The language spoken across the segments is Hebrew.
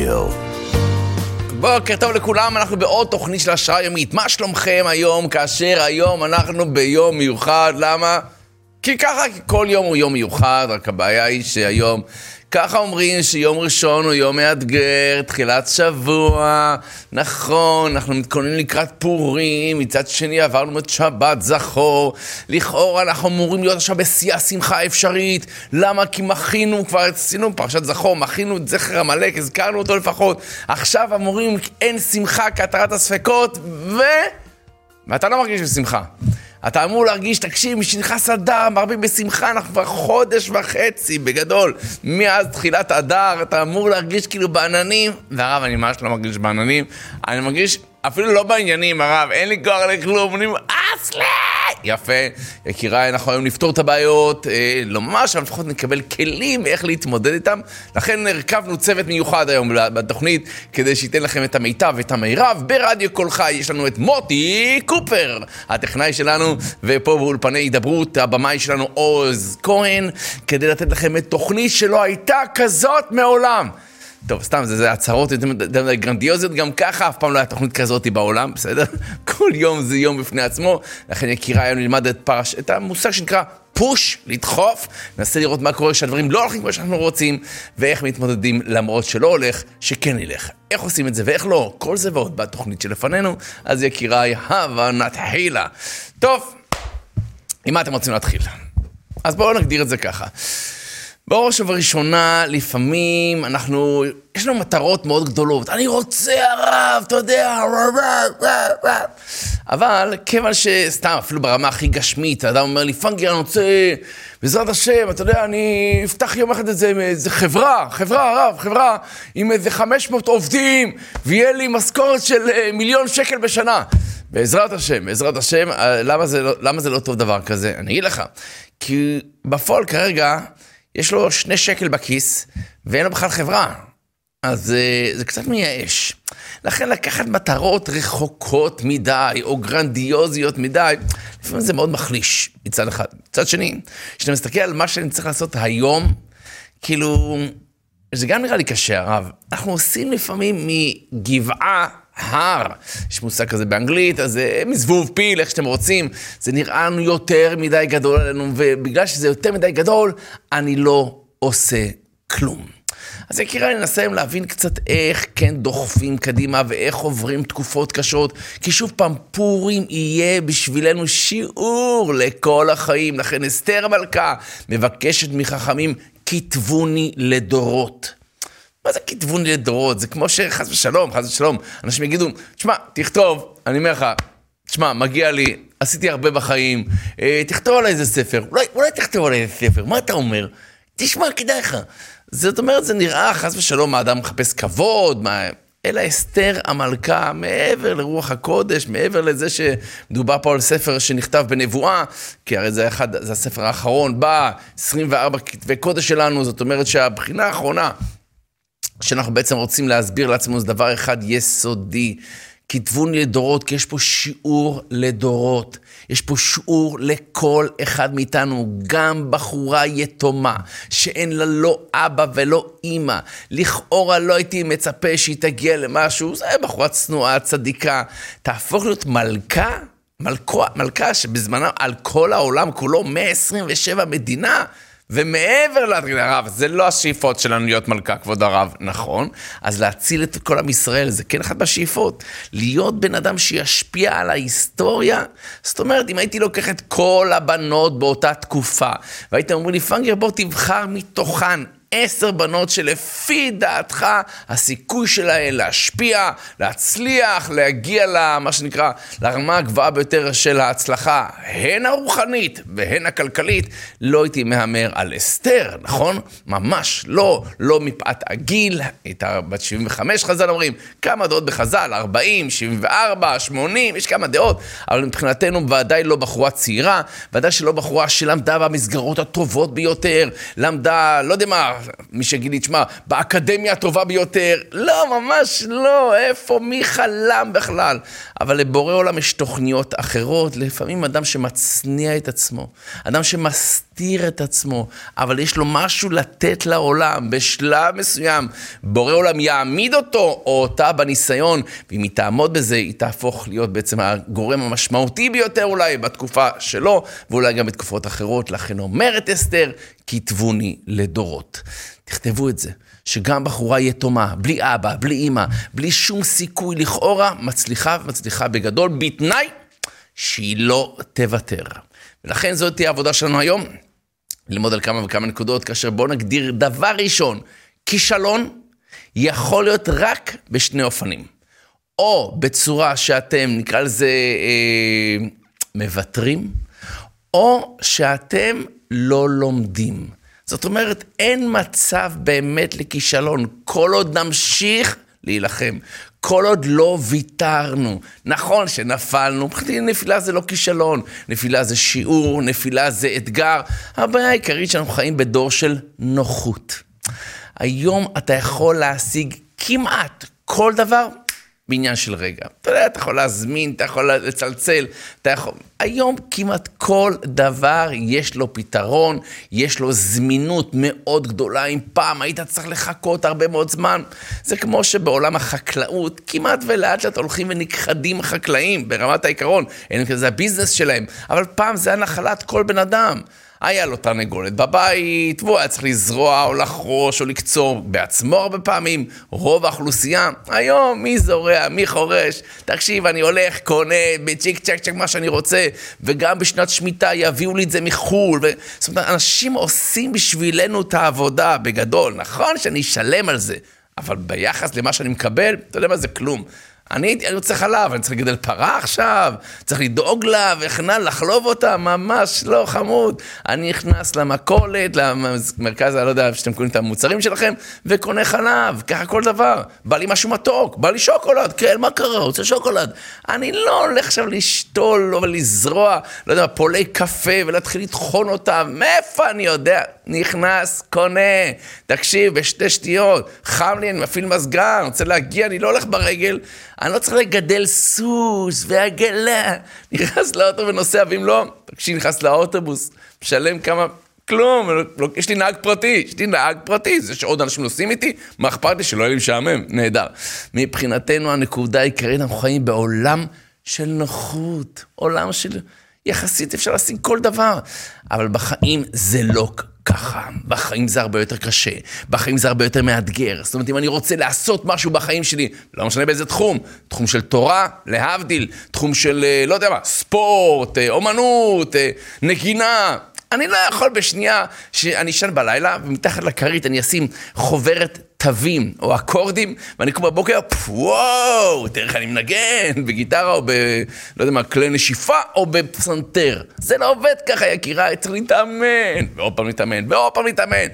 גל. בוקר טוב לכולם, אנחנו בעוד תוכנית של השעה יומית. מה שלומכם היום, כאשר היום אנחנו ביום מיוחד? למה? כי ככה, כי כל יום הוא יום מיוחד, רק הבעיה היא שהיום, ככה אומרים שיום ראשון הוא יום מאתגר, תחילת שבוע, נכון, אנחנו מתכוננים לקראת פורים, מצד שני עברנו את שבת זכור, לכאורה אנחנו אמורים להיות עכשיו בשיא השמחה האפשרית, למה? כי מכינו, כבר עשינו פרשת זכור, מכינו את זכר עמלק, הזכרנו אותו לפחות, עכשיו אמורים אין שמחה כהתרת הספקות, ואתה לא מרגיש בשמחה. אתה אמור להרגיש, תקשיב, משנכנס אדר, מרבים בשמחה, אנחנו כבר חודש וחצי, בגדול, מאז תחילת אדר, אתה אמור להרגיש כאילו בעננים, והרב, אני ממש לא מרגיש בעננים, אני מרגיש אפילו לא בעניינים, הרב, אין לי כוח לכלום, אני אומר, אסלי! יפה, יקירה, אנחנו היום נפתור את הבעיות, לא ממש, אבל לפחות נקבל כלים איך להתמודד איתם, לכן הרכבנו צוות מיוחד היום בתוכנית, כדי שייתן לכם את המיטב ואת המירב, ברדיו כל חי יש לנו את מוטי קופר, הטכנאי שלנו, ופה באולפני הידברות, הבמאי שלנו עוז כהן, כדי לתת לכם את תוכנית שלא הייתה כזאת מעולם. טוב, סתם, זה הצהרות גרנדיוזיות, גם ככה אף פעם לא היה תוכנית כזאת בעולם, בסדר? כל יום זה יום בפני עצמו, לכן יקירה היום נלמד את המושג שנקרא פוש, לדחוף, ננסה לראות מה קורה שהדברים לא הולכים כמו שאנחנו רוצים, ואיך מתמודדים למרות שלא הולך, שכן ילך. איך עושים את זה ואיך לא, כל זה ועוד בתוכנית שלפנינו, אז יקירה, הבה נתחילה. טוב, עם מה אתם רוצים להתחיל? אז בואו נגדיר את זה ככה. בראש ובראשונה, לפעמים יש לנו מטרות מאוד גדולות. אני רוצה הרב, אתה יודע, אבל כיוון שסתם, אפילו ברמה הכי גשמית, האדם אומר לי, פנגר, אני רוצה, בעזרת השם, אתה יודע, אני אפתח יום אחד איזה חברה, חברה, עם איזה 500 עובדים, ויהיה לי משכורת של 1,000,000 שקל בשנה. בעזרת השם, למה זה לא טוב דבר כזה? אני אגיד לך, כי בפועל כרגע, יש לו 2 שקל בכיס, ואין לו בכלל חברה. אז זה קצת מייאש. לכן לקחת מטרות רחוקות מדי, או גרנדיוזיות מדי, לפעמים זה מאוד מחליש, מצד אחד. מצד שני, כשאתה מסתכל על מה שאני צריך לעשות היום, כאילו, זה גם נראה לי קשה, הרב. אנחנו עושים לפעמים מגבעה, הר, יש מושג כזה באנגלית, אז זה מזבוב פיל, איך שאתם רוצים, זה נראה לנו יותר מדי גדול עלינו, ובגלל שזה יותר מדי גדול, אני לא עושה כלום. אז יקירה, ננסה להבין קצת איך כן דוחפים קדימה, ואיך עוברים תקופות קשות, כי שוב פעם, פורים יהיה בשבילנו שיעור לכל החיים, לכן אסתר המלכה מבקשת מחכמים, כתבוני לדורות. מה זה כתבון לדורות? זה כמו שחס ושלום, אנשים יגידו, תשמע, תכתוב, אני אומר לך, תשמע, מגיע לי, עשיתי הרבה בחיים, תכתוב עליי איזה ספר, אולי תכתוב עליי איזה ספר, מה אתה אומר? תשמע, כדאי לך. זאת אומרת, זה נראה, חס ושלום, האדם מחפש כבוד, אלא אסתר המלכה, מעבר לרוח הקודש, מעבר לזה שמדובר פה על ספר שנכתב בנבואה, כי הרי זה הספר האחרון, 24 כתבי קודש שלנו, זאת אומרת שהבחינה האחרונה, שאנחנו בעצם רוצים להסביר לעצמנו, זה דבר אחד יסודי, כתבון לדורות, כי יש פה שיעור לדורות, יש פה שיעור לכל אחד מאיתנו, גם בחורה יתומה, שאין לה לא אבא ולא אמא, לכאורה לא הייתי מצפה שהיא תגיע למשהו, זה בחורה צנועה, צדיקה, תהפוך להיות מלכה שבזמנה על כל העולם כולו, 127 מדינה, ומעבר לרב, זה לא השאיפות שלנו להיות מלכה, כבוד הרב, נכון? אז להציל את כל עם ישראל, זה כן אחד בשאיפות. להיות בן אדם שישפיע על ההיסטוריה, זאת אומרת, אם הייתי לוקח את כל הבנות באותה תקופה, והייתם אומרים לי, פנגר, בוא תבחר מתוכן 10 בנות שלפי דעתך, הסיכוי שלהן להשפיע, להצליח, להגיע למה שנקרא, לרמה הגבוהה ביותר של ההצלחה, הן הרוחנית והן הכלכלית, לא הייתי מהמר על אסתר, נכון? ממש לא, לא מפאת הגיל, הייתה בת 75 חז"ל אומרים, כמה דעות בחז"ל, 40, 74, 80, יש כמה דעות, אבל מבחינתנו ודאי לא בחורה צעירה, ודאי שלא בחורה שלמדה במסגרות הטובות ביותר, למדה, לא יודע מה, מי שיגיד לי, תשמע, באקדמיה הטובה ביותר, לא, ממש לא, איפה, מי חלם בכלל? אבל לבורא עולם יש תוכניות אחרות, לפעמים אדם שמצניע את עצמו, אדם שמסתיר את עצמו, אבל יש לו משהו לתת לעולם, בשלב מסוים, בורא עולם יעמיד אותו, או אותה בניסיון, ואם היא תעמוד בזה, היא תהפוך להיות בעצם הגורם המשמעותי ביותר אולי בתקופה שלו, ואולי גם בתקופות אחרות. לכן אומרת אסתר, כתבוני לדורות. תכתבו את זה, שגם בחורה יתומה, בלי אבא, בלי אמא, בלי שום סיכוי לכאורה, מצליחה בגדול, בתנאי שהיא לא תוותר. ולכן זאת תהיה העבודה שלנו היום, ללמוד על כמה וכמה נקודות, כאשר בואו נגדיר דבר ראשון, כישלון יכול להיות רק בשני אופנים. או בצורה שאתם, נקרא לזה, מבטרים, או שאתם לא לומדים. זאת אומרת, אין מצב באמת לכישלון, כל עוד נמשיך להילחם, כל עוד לא ויתרנו. נכון שנפלנו, נפילה זה לא כישלון, נפילה זה שיעור, נפילה זה אתגר. הבעיה העיקרית שאנחנו חיים בדור של נוחות. היום אתה יכול להשיג כמעט כל דבר בעניין של רגע. אתה יודע, אתה יכול להזמין, אתה יכול לצלצל, אתה יכול... היום כמעט כל דבר יש לו פתרון, יש לו זמינות מאוד גדולה. אם פעם היית צריך לחכות הרבה מאוד זמן, זה כמו שבעולם החקלאות, כמעט ולאט לאט הולכים ונכחדים חקלאים ברמת העיקרון, אין כזה הביזנס שלהם, אבל פעם זה היה נחלת כל בן אדם. היה לו תרנגולת בבית, והוא היה צריך לזרוע או לחרוש או לקצור בעצמו הרבה פעמים, רוב האוכלוסייה. היום מי זורע, מי חורש, תקשיב, אני הולך, קונה, בצ'יק צ'ק צ'ק מה שאני רוצה, וגם בשנת שמיטה יביאו לי את זה מחול. זאת אומרת, אנשים עושים בשבילנו את העבודה בגדול, נכון שאני אשלם על זה, אבל ביחס למה שאני מקבל, אתה יודע מה זה כלום. אני רוצה חלב, אני צריך לגדל פרה עכשיו, צריך לדאוג לה, וכנ"ל, לחלוב אותה, ממש לא חמוד. אני נכנס למכולת, למרכז, אני לא יודע, שאתם קונים את המוצרים שלכם, וקונה חלב, ככה כל דבר. בא לי משהו מתוק, בא לי שוקולד, כן, מה קרה? רוצה שוקולד. אני לא הולך עכשיו לשתול, או לזרוע, לא יודע, פולי קפה, ולהתחיל לטחון אותה, מאיפה אני יודע? נכנס, קונה, תקשיב, בשתי שטיות, חם לי, אני מפעיל מזגן, רוצה להגיע, אני לא הולך ברגל, אני לא צריך לגדל סוס ועגלה, נכנס לאוטו ונוסע, ואם לא, כשאני נכנס לאוטובוס, משלם כמה, כלום, יש לי נהג פרטי, זה שעוד אנשים נוסעים איתי, מה אכפת לי שלא יהיה לי משעמם, נהדר. מבחינתנו הנקודה העיקרית, אנחנו חיים בעולם של נוחות, עולם של יחסית אפשר להשיג כל דבר, אבל בחיים זה לא ככה, בחיים זה הרבה יותר קשה, בחיים זה הרבה יותר מאתגר. זאת אומרת, אם אני רוצה לעשות משהו בחיים שלי, לא משנה באיזה תחום, תחום של תורה, להבדיל, תחום של, לא יודע מה, ספורט, אומנות, נגינה, אני לא יכול בשנייה שאני אשן בלילה, ומתחת לכרית אני אשים חוברת תווים או אקורדים, ואני קום בבוקר, וואו, תראה איך אני מנגן בגיטרה או לא יודע מה, כלי נשיפה או בפסנתר. זה לא עובד ככה, יקירה, צריך להתאמן, ועוד פעם להתאמן,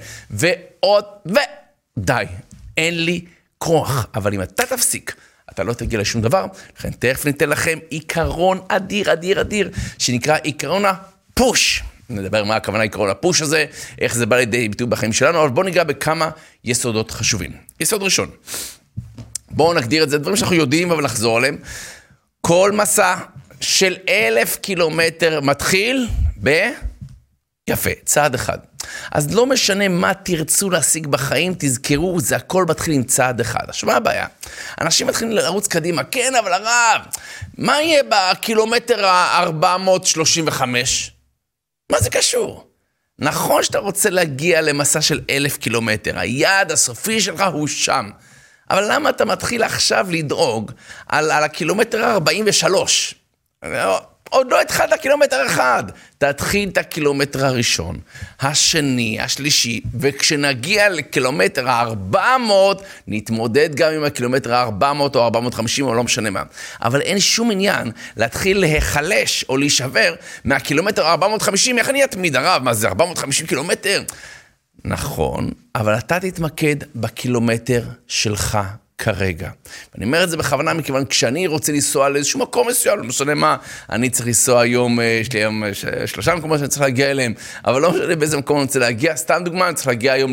די, אין לי כוח. אבל אם אתה תפסיק, אתה לא תגיע לשום דבר, לכן תכף ניתן לכם עיקרון אדיר, שנקרא עיקרון הפוש. נדבר מה הכוונה עיקרון הפוש הזה, איך זה בא לידי ביטוי בחיים שלנו, אבל בואו ניגע בכמה יסודות חשובים. יסוד ראשון, בואו נגדיר את זה, דברים שאנחנו יודעים אבל נחזור עליהם. כל מסע של 1,000 קילומטר מתחיל יפה, צעד אחד. אז לא משנה מה תרצו להשיג בחיים, תזכרו, זה הכל מתחיל עם צעד אחד. עכשיו, מה הבעיה? אנשים מתחילים לרוץ קדימה, כן, אבל הרב, מה יהיה בקילומטר ה-435? מה זה קשור? נכון שאתה רוצה להגיע למסע של 1,000 קילומטר, היעד הסופי שלך הוא שם. אבל למה אתה מתחיל עכשיו לדאוג על הקילומטר ה-43? עוד לא התחלת קילומטר אחד. תתחיל את הקילומטר הראשון, השני, השלישי, וכשנגיע לקילומטר ה-400, נתמודד גם עם הקילומטר ה-400 או 450 או לא משנה מה. אבל אין שום עניין להתחיל להיחלש או להישבר מהקילומטר ה-450, איך אני אתמיד הרב? מה זה 450 קילומטר? נכון, אבל אתה תתמקד בקילומטר שלך כרגע. ואני אומר את זה בכוונה, מכיוון כשאני רוצה לנסוע לאיזשהו מקום מסוים, לא משנה מה, אני צריך לנסוע היום, יש לי היום 3 מקומות שאני צריך להגיע אליהם, אבל לא משנה באיזה מקום אני רוצה להגיע, סתם דוגמה, אני צריך להגיע היום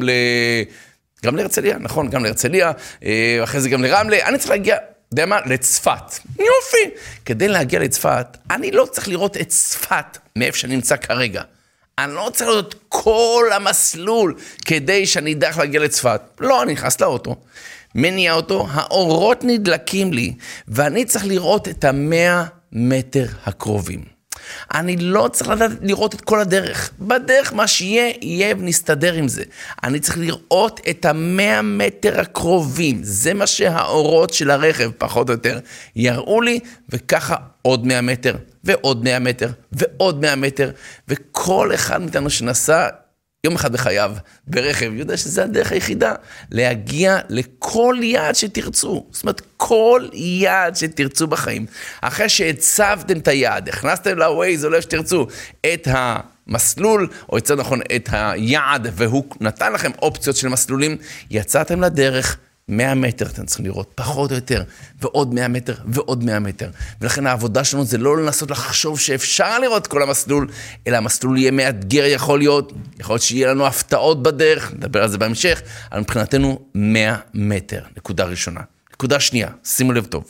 גם להרצליה, נכון, גם להרצליה, אחרי זה גם לרמלה, אני צריך להגיע, יודע מה? לצפת. יופי. כדי להגיע לצפת, אני לא צריך לראות את צפת מאיפה שאני נמצא כרגע. אני לא צריך לראות כל המסלול כדי שאני אדע איך להגיע לצפת. לא, אני נכנס לאוטו, מניע אותו, האורות נדלקים לי, ואני צריך לראות את 100 מטר הקרובים. אני לא צריך לראות את כל הדרך. בדרך מה שיהיה, יהיה ונסתדר עם זה. אני צריך לראות את 100 מטר הקרובים. זה מה שהאורות של הרכב, פחות או יותר, יראו לי, וככה עוד 100 מטר, ועוד 100 מטר, ועוד 100 מטר, וכל אחד מאיתנו שנסע יום אחד בחייו, ברכב, יודע שזה הדרך היחידה, להגיע לכל יעד שתרצו. זאת אומרת, כל יעד שתרצו בחיים. אחרי שהצבתם את היעד, הכנסתם לווייז, או לא שתרצו, את המסלול, או יותר נכון, את היעד, והוא נתן לכם אופציות של מסלולים, יצאתם לדרך, 100 מטר אתם צריכים לראות, פחות או יותר, ועוד 100 מטר, ועוד 100 מטר. ולכן העבודה שלנו זה לא לנסות לחשוב שאפשר לראות כל המסלול, אלא המסלול יהיה מאתגר, יכול להיות שיהיה לנו הפתעות בדרך, נדבר על זה בהמשך, אבל מבחינתנו 100 מטר, נקודה ראשונה. נקודה שנייה, שימו לב טוב,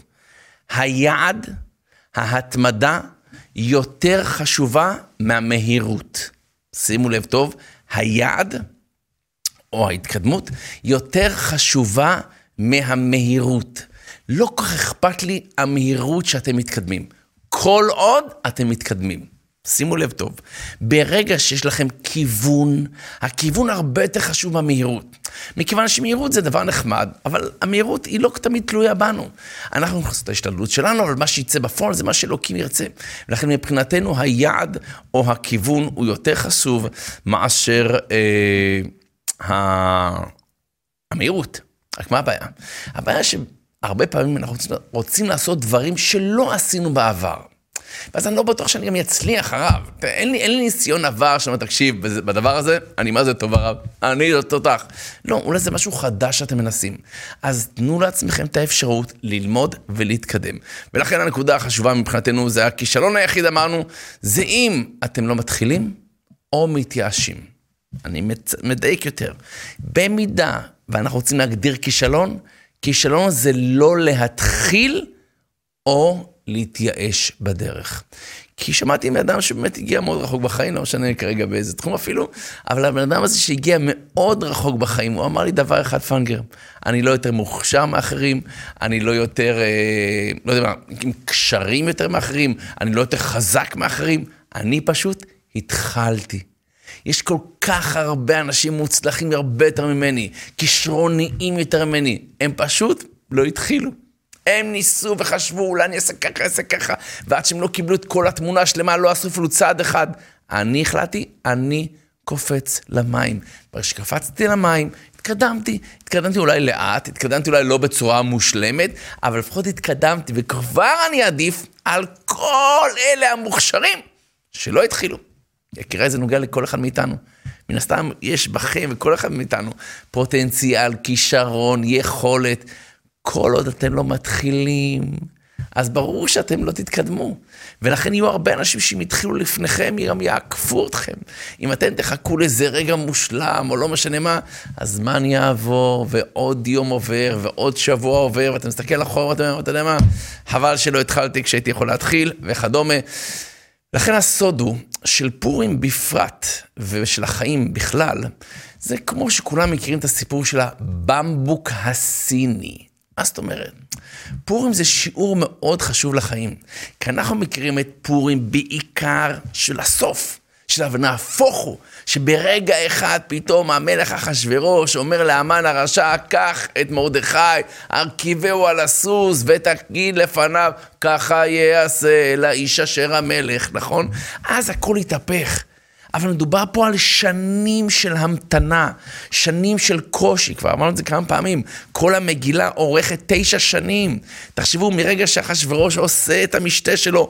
היעד, ההתמדה, יותר חשובה מהמהירות. שימו לב טוב, היעד, או ההתקדמות, יותר חשובה מהמהירות. לא כל כך אכפת לי המהירות שאתם מתקדמים. כל עוד אתם מתקדמים. שימו לב טוב. ברגע שיש לכם כיוון, הכיוון הרבה יותר חשוב מהמהירות. מכיוון שמהירות זה דבר נחמד, אבל המהירות היא לא תמיד תלויה בנו. אנחנו נכנסים את ההשתדלות שלנו, אבל מה שיצא בפועל זה מה שאלוקים ירצה. ולכן מבחינתנו היעד או הכיוון הוא יותר חשוב מאשר המהירות. רק מה הבעיה? הבעיה שהרבה פעמים אנחנו רוצים לעשות דברים שלא עשינו בעבר. ואז אני לא בטוח שאני גם אצליח הרב. אין לי ניסיון עבר שאומר, תקשיב, בדבר הזה, אני מה זה טוב הרב? אני לא תותח. לא, אולי זה משהו חדש שאתם מנסים. אז תנו לעצמכם את האפשרות ללמוד ולהתקדם. ולכן הנקודה החשובה מבחינתנו, זה הכישלון היחיד אמרנו, זה אם אתם לא מתחילים או מתייאשים. אני מדייק יותר. במידה, ואנחנו רוצים להגדיר כישלון, כישלון זה לא להתחיל או להתייאש בדרך. כי שמעתי מאדם שבאמת הגיע מאוד רחוק בחיים, לא משנה כרגע באיזה תחום אפילו, אבל האדם הזה שהגיע מאוד רחוק בחיים, הוא אמר לי דבר אחד, פנגר, אני לא יותר מוכשר מאחרים, אני לא יותר, לא יודע מה, עם קשרים יותר מאחרים, אני לא יותר חזק מאחרים, אני פשוט התחלתי. יש כל כך הרבה אנשים מוצלחים הרבה יותר ממני, כישרוניים יותר ממני, הם פשוט לא התחילו. הם ניסו וחשבו, אולי אני אעשה ככה, ועד שהם לא קיבלו את כל התמונה השלמה, לא עשו אפילו צעד אחד. אני החלטתי, אני קופץ למים. ברגע שקפצתי למים, התקדמתי אולי לאט, התקדמתי אולי לא בצורה מושלמת, אבל לפחות התקדמתי, וכבר אני עדיף על כל אלה המוכשרים שלא התחילו. יקירה, זה נוגע לכל אחד מאיתנו. מן הסתם יש בכם וכל אחד מאיתנו פוטנציאל, כישרון, יכולת. כל עוד אתם לא מתחילים, אז ברור שאתם לא תתקדמו. ולכן יהיו הרבה אנשים שהם התחילו לפניכם, גם יעקפו אתכם. אם אתם תחכו לזה רגע מושלם, או לא משנה מה, הזמן יעבור, ועוד יום עובר, ועוד שבוע עובר, ואתה מסתכל אחורה, ואתה יודע מה, חבל שלא התחלתי כשהייתי יכול להתחיל, וכדומה. לכן הסוד הוא של פורים בפרט, ושל החיים בכלל, זה כמו שכולם מכירים את הסיפור של הבמבוק הסיני. מה זאת אומרת? פורים זה שיעור מאוד חשוב לחיים, כי אנחנו מכירים את פורים בעיקר של הסוף, של נהפוך הוא, שברגע אחד פתאום המלך אחשוורוש אומר להמן הרשע, קח את מרדכי, הרכיבהו על הסוס ותגיד לפניו, ככה יעשה לאיש אשר המלך, נכון? אז הכל יתהפך. אבל מדובר פה על שנים של המתנה, שנים של קושי, כבר אמרנו את זה כמה פעמים, כל המגילה עורכת 9 שנים, תחשבו מרגע שאחשוורוש עושה את המשתה שלו,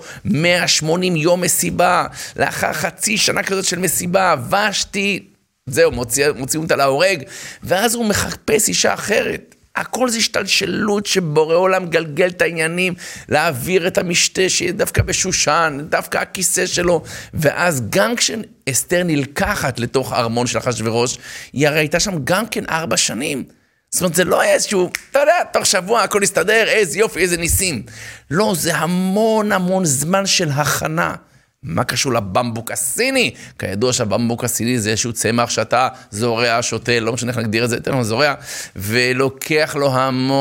180 יום מסיבה, לאחר חצי שנה כזאת של מסיבה, ושתי, זהו, מוציאים אותה להורג, ואז הוא מחפש אישה אחרת, הכל זה השתלשלות שבורא עולם גלגל את העניינים, להעביר את המשתה שיהיה דווקא בשושן, דווקא הכיסא שלו, ואז גם כשאסתר נלקחת לתוך הארמון של אחשוורוש, היא הרי הייתה שם גם כן 4 שנים. זאת אומרת, זה לא היה איזשהו, אתה יודע, תוך שבוע הכל יסתדר, איזה יופי, איזה ניסים. לא, זה המון זמן של הכנה. מה קשור לבמבוק הסיני? כידוע שהבמבוק הסיני זה איזשהו צמח שאתה זורע, שותה, לא משנה איך נגדיר את זה, אתה זורע, ולוקח לו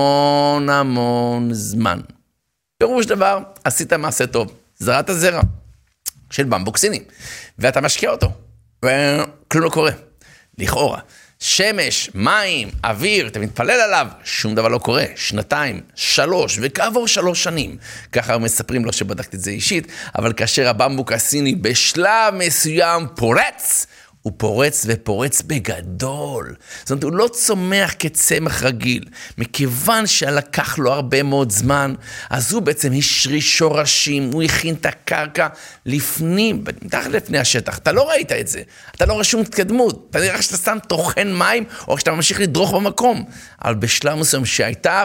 המון זמן. פירוש דבר, עשית מעשה טוב, זרעת זרע של במבוק סיני, ואתה משקיע אותו, וכלום לא קורה, לכאורה. שמש, מים, אוויר, אתה מתפלל עליו, שום דבר לא קורה, 2, 3, וכעבור 3 שנים. ככה מספרים לו שבדקתי את זה אישית, אבל כאשר הבמבוק הסיני בשלב מסוים פורץ, הוא פורץ ופורץ בגדול. זאת אומרת, הוא לא צומח כצמח רגיל. מכיוון שלקח לו הרבה מאוד זמן, אז הוא בעצם השריש שורשים, הוא הכין את הקרקע מתחת לפני השטח. אתה לא ראית את זה. אתה לא רואה שום התקדמות. אתה נראה שאתה שם טוחן מים, או שאתה ממשיך לדרוך במקום. אבל בשלב מסוים שהייתה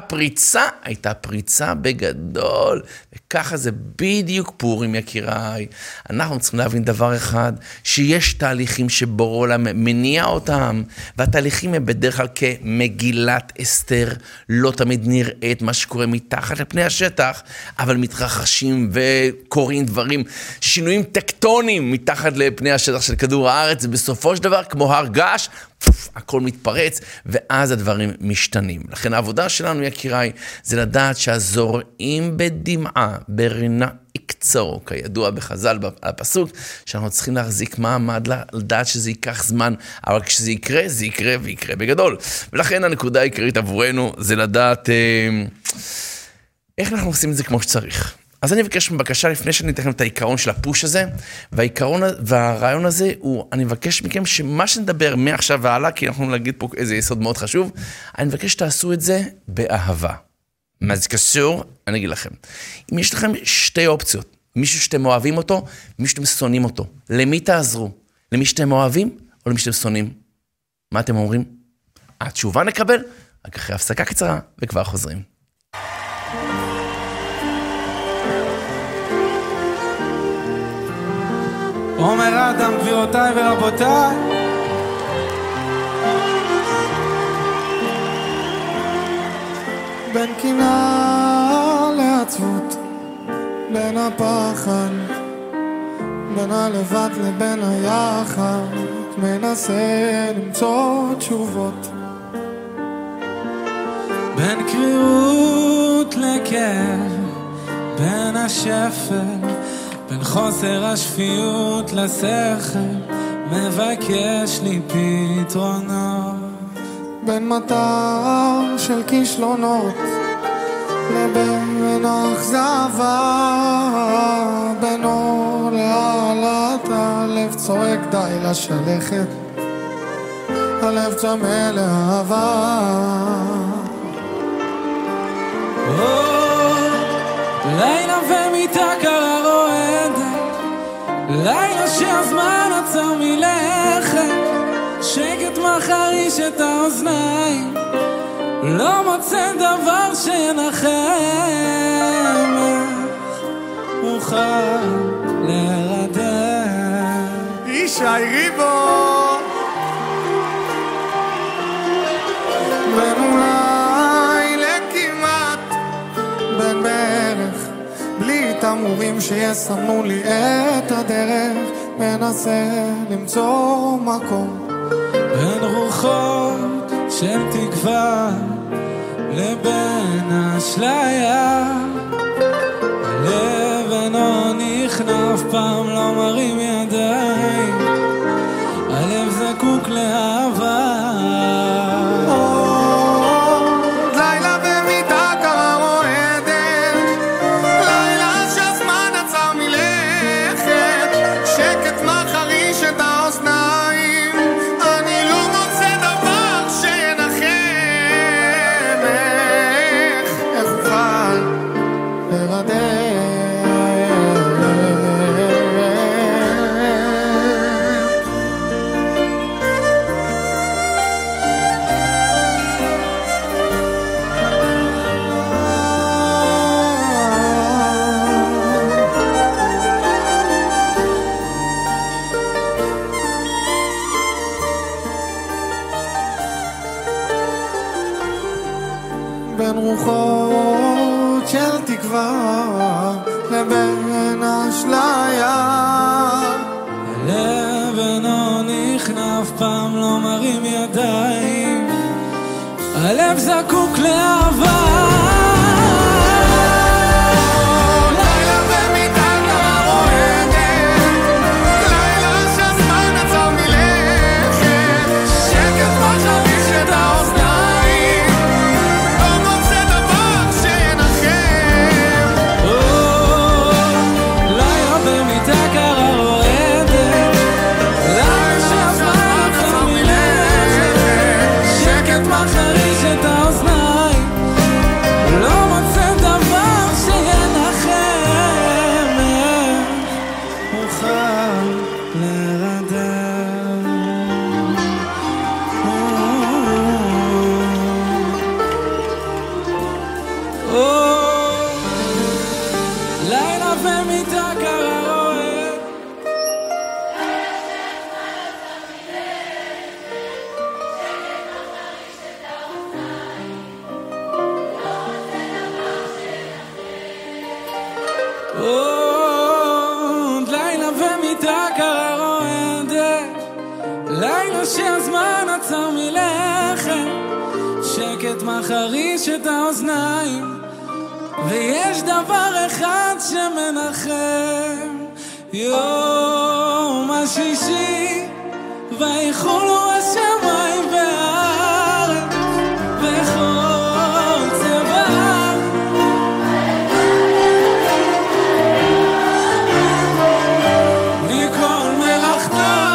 פריצה בגדול. וככה זה בדיוק פורים, יקיריי. אנחנו צריכים להבין דבר אחד, שיש תהליכים שבורא עולם מניע אותם, והתהליכים הם בדרך כלל כמגילת אסתר, לא תמיד נראית מה שקורה מתחת לפני השטח, אבל מתרחשים וקורים דברים, שינויים טקטוניים מתחת לפני השטח של כדור הארץ, ובסופו של דבר, כמו הר געש, הכל מתפרץ, ואז הדברים משתנים. לכן העבודה שלנו, יקיריי, זה לדעת שהזורעים בדמעה, ברינה יקצרו, כידוע בחז"ל בפסוק, שאנחנו צריכים להחזיק מעמד, לדעת שזה ייקח זמן, אבל כשזה יקרה, זה יקרה ויקרה בגדול. ולכן הנקודה העיקרית עבורנו, זה לדעת איך אנחנו עושים את זה כמו שצריך. אז אני מבקש בבקשה, לפני שאני אתן לכם את העיקרון של הפוש הזה, והרעיון הזה הוא, אני מבקש מכם שמה שנדבר מעכשיו והלאה, כי אנחנו נגיד פה איזה יסוד מאוד חשוב, אני מבקש שתעשו את זה באהבה. מה זה קשור? אני אגיד לכם. אם יש לכם 2 אופציות, מישהו שאתם אוהבים אותו, מישהו שאתם שונאים אותו, למי תעזרו? למי שאתם אוהבים או למי שאתם שונאים? מה אתם אומרים? התשובה נקבל, רק אחרי הפסקה קצרה וכבר חוזרים. אומר אדם, גבירותיי ורבותיי, בין קנאה לעצבות, בין הפחד, בין הלבד לבין היחד, מנסה למצוא תשובות. בין קריאות לכאב, בין השפל, בין חוסר השפיות לשכל, מבקש לי פתרונות. בין מטר של כישלונות לבין אכזבה, בין אור לעלת, הלב צועק די לשלכת, הלב צמא לאהבה. לילה ומיטה קרה רועדת, לילה שהזמן עצר מלכת, שקט מחריש את האוזניים, לא מוצא דבר שינחם, אוכל להירדם. ישי ריבו בין אולי לכמעט, בין בערך בלי תמורים שיסמנו לי את הדרך, מנסה למצוא מקום בין רוחות של תקווה לבין אשליה, הלב אינו נכנע, אף פעם לא מרים ידיים, הלב זקוק לאהבה. בין אשליה. הלב אינו נכנע, אף פעם לא מרים ידיים. הלב זקוק לאהבה. שהזמן עצר מלכת, שקט מחריש את האוזניים, ויש דבר אחד שמנחם. יום השישי ויחולו השמיים והארץ וכל צבא, מכל מלאכתו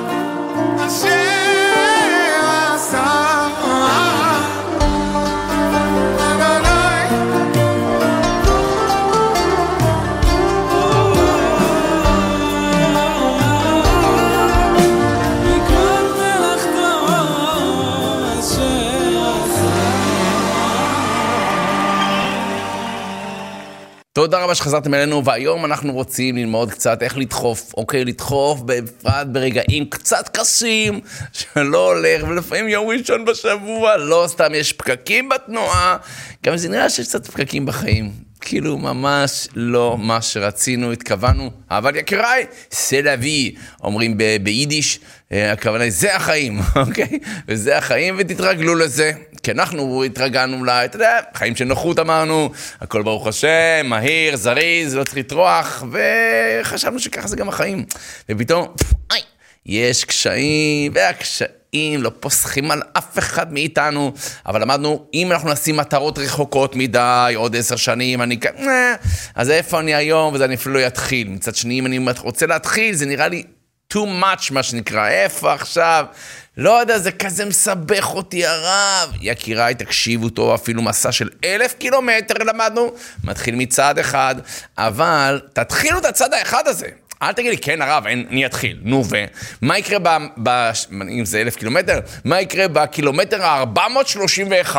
תודה רבה שחזרתם אלינו, והיום אנחנו רוצים ללמוד קצת איך לדחוף, לדחוף בפרט ברגעים קצת קשים, שלא הולך, ולפעמים יום ראשון בשבוע, לא סתם יש פקקים בתנועה, גם זה נראה שיש קצת פקקים בחיים, כאילו ממש לא מה שרצינו, התכוונו, אבל יקיריי, זה להביא, אומרים ביידיש, הכוונה זה החיים, אוקיי? וזה החיים, ותתרגלו לזה. כי אנחנו התרגלנו אולי, אתה יודע, חיים של נוחות אמרנו, הכל ברוך השם, מהיר, זריז, לא צריך לטרוח, וחשבנו שככה זה גם החיים. ופתאום, יש קשיים, והקשיים לא פוסחים על אף אחד מאיתנו, אבל למדנו, אם אנחנו נשים מטרות רחוקות מדי, עוד 10 שנים, אז איפה אני היום, וזה אני אפילו לא יתחיל. מצד שני, אם אני רוצה להתחיל, זה נראה לי too much, מה שנקרא, איפה עכשיו? לא יודע, זה כזה מסבך אותי הרב. יקיריי, תקשיבו טוב, אפילו מסע של 1,000 קילומטר למדנו, מתחיל מצד אחד, אבל תתחילו את הצד האחד הזה. אל תגיד לי, כן הרב, אני אתחיל. נו, ומה יקרה אם זה 1,000 קילומטר? מה יקרה בקילומטר ה-431?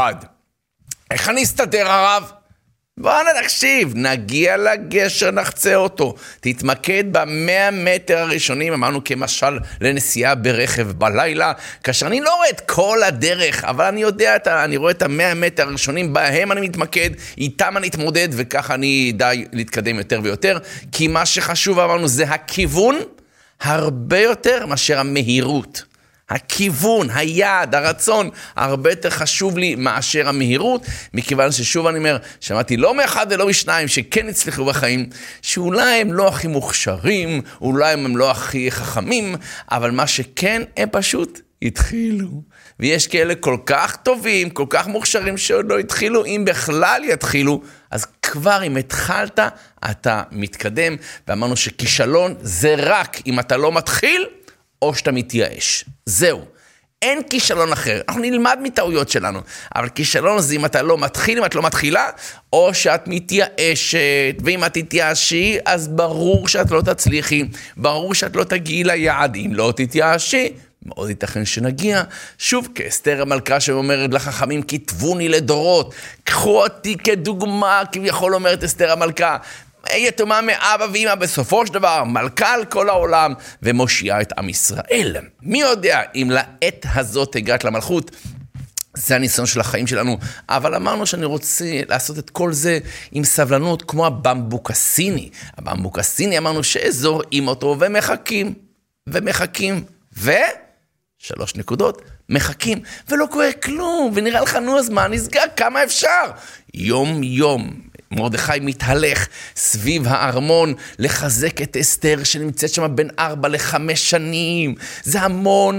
איך אני אסתדר הרב? בואו נקשיב, נגיע לגשר, נחצה אותו. תתמקד ב100 מטר הראשונים, אמרנו כמשל לנסיעה ברכב בלילה, כאשר אני לא רואה את כל הדרך, אבל אני יודע, אני רואה את ה100 מטר הראשונים, בהם אני מתמקד, איתם אני אתמודד, וככה אני די להתקדם יותר ויותר, כי מה שחשוב אמרנו זה הכיוון, הרבה יותר מאשר המהירות. הכיוון, היעד, הרצון, הרבה יותר חשוב לי מאשר המהירות, מכיוון ששוב אני אומר, שמעתי לא מאחד ולא משניים שכן הצליחו בחיים, שאולי הם לא הכי מוכשרים, אולי הם לא הכי חכמים, אבל מה שכן הם פשוט התחילו. ויש כאלה כל כך טובים, כל כך מוכשרים שעוד לא התחילו, אם בכלל יתחילו, אז כבר אם התחלת, אתה מתקדם, ואמרנו שכישלון זה רק אם אתה לא מתחיל, או שאתה מתייאש. זהו. אין כישלון אחר. אנחנו נלמד מטעויות שלנו. אבל כישלון זה אם אתה לא מתחיל, אם את לא מתחילה, או שאת מתייאשת. ואם את תתייאשי, אז ברור שאת לא תצליחי. ברור שאת לא תגיעי ליעד. אם לא תתייאשי, מאוד ייתכן שנגיע. שוב, כאסתר המלכה שאומרת לחכמים, כתבוני לדורות. קחו אותי כדוגמה, כביכול אומרת אסתר המלכה. יתומה מאבא ואמא, בסופו של דבר מלכה על כל העולם ומושיעה את עם ישראל. מי יודע אם לעת הזאת הגעת למלכות, זה הניסיון של החיים שלנו, אבל אמרנו שאני רוצה לעשות את כל זה עם סבלנות, כמו הבמבוק הסיני. הבמבוק הסיני אמרנו שזורעים אותו ומחכים, 3 נקודות, מחכים, ולא קורה כלום, ונראה לך, נו, אז מה נסגר, כמה אפשר? יום, מרדכי מתהלך סביב הארמון לחזק את אסתר שנמצאת שם בין 4 ל5 שנים. זה המון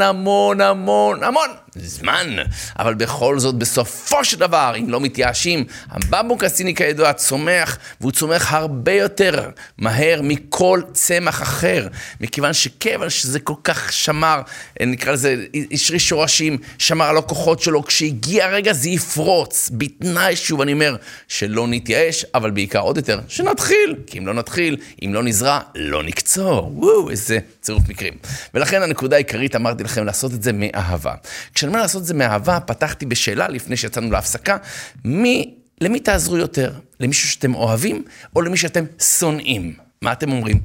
זמן. אבל בכל זאת, בסופו של דבר, אם לא מתייאשים, הבמבוק הסיני כידוע צומח, והוא צומח הרבה יותר מהר מכל צמח אחר. מכיוון שכיוון שזה כל כך שמר, נקרא לזה, ישרי שורשים, שמר על הכוחות שלו, כשהגיע הרגע זה יפרוץ. בתנאי שוב אני אומר, שלא נתייאש, אבל בעיקר עוד יותר, שנתחיל. כי אם לא נתחיל, אם לא נזרע, לא נקצור. איזה צירוף מקרים. ולכן הנקודה העיקרית, אמרתי לכם, לעשות את זה מאהבה. כשאני אומר לעשות את זה מאהבה, פתחתי בשאלה לפני שיצאנו להפסקה, למי תעזרו יותר? למישהו שאתם אוהבים, או למי שאתם שונאים? מה אתם אומרים?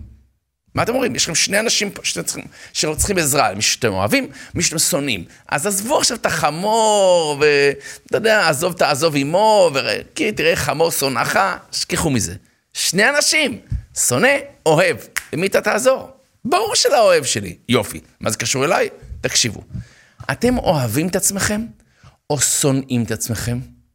יש לכם 2 אנשים שצריכים עזרה, מישהו שאתם אוהבים, מישהו שאתם שונאים. אז עזבו עכשיו את החמור, ואתה יודע, תעזוב עמו, כי תראה חמור שונאך, שכחו מזה. 2 אנשים, שונא, אוהב. למי אתה תעזור? ברור של האוהב שלי. יופי. מה זה קשור אליי? תקשיבו. אתם אוהבים את עצמכם, או שונאים את עצמכם?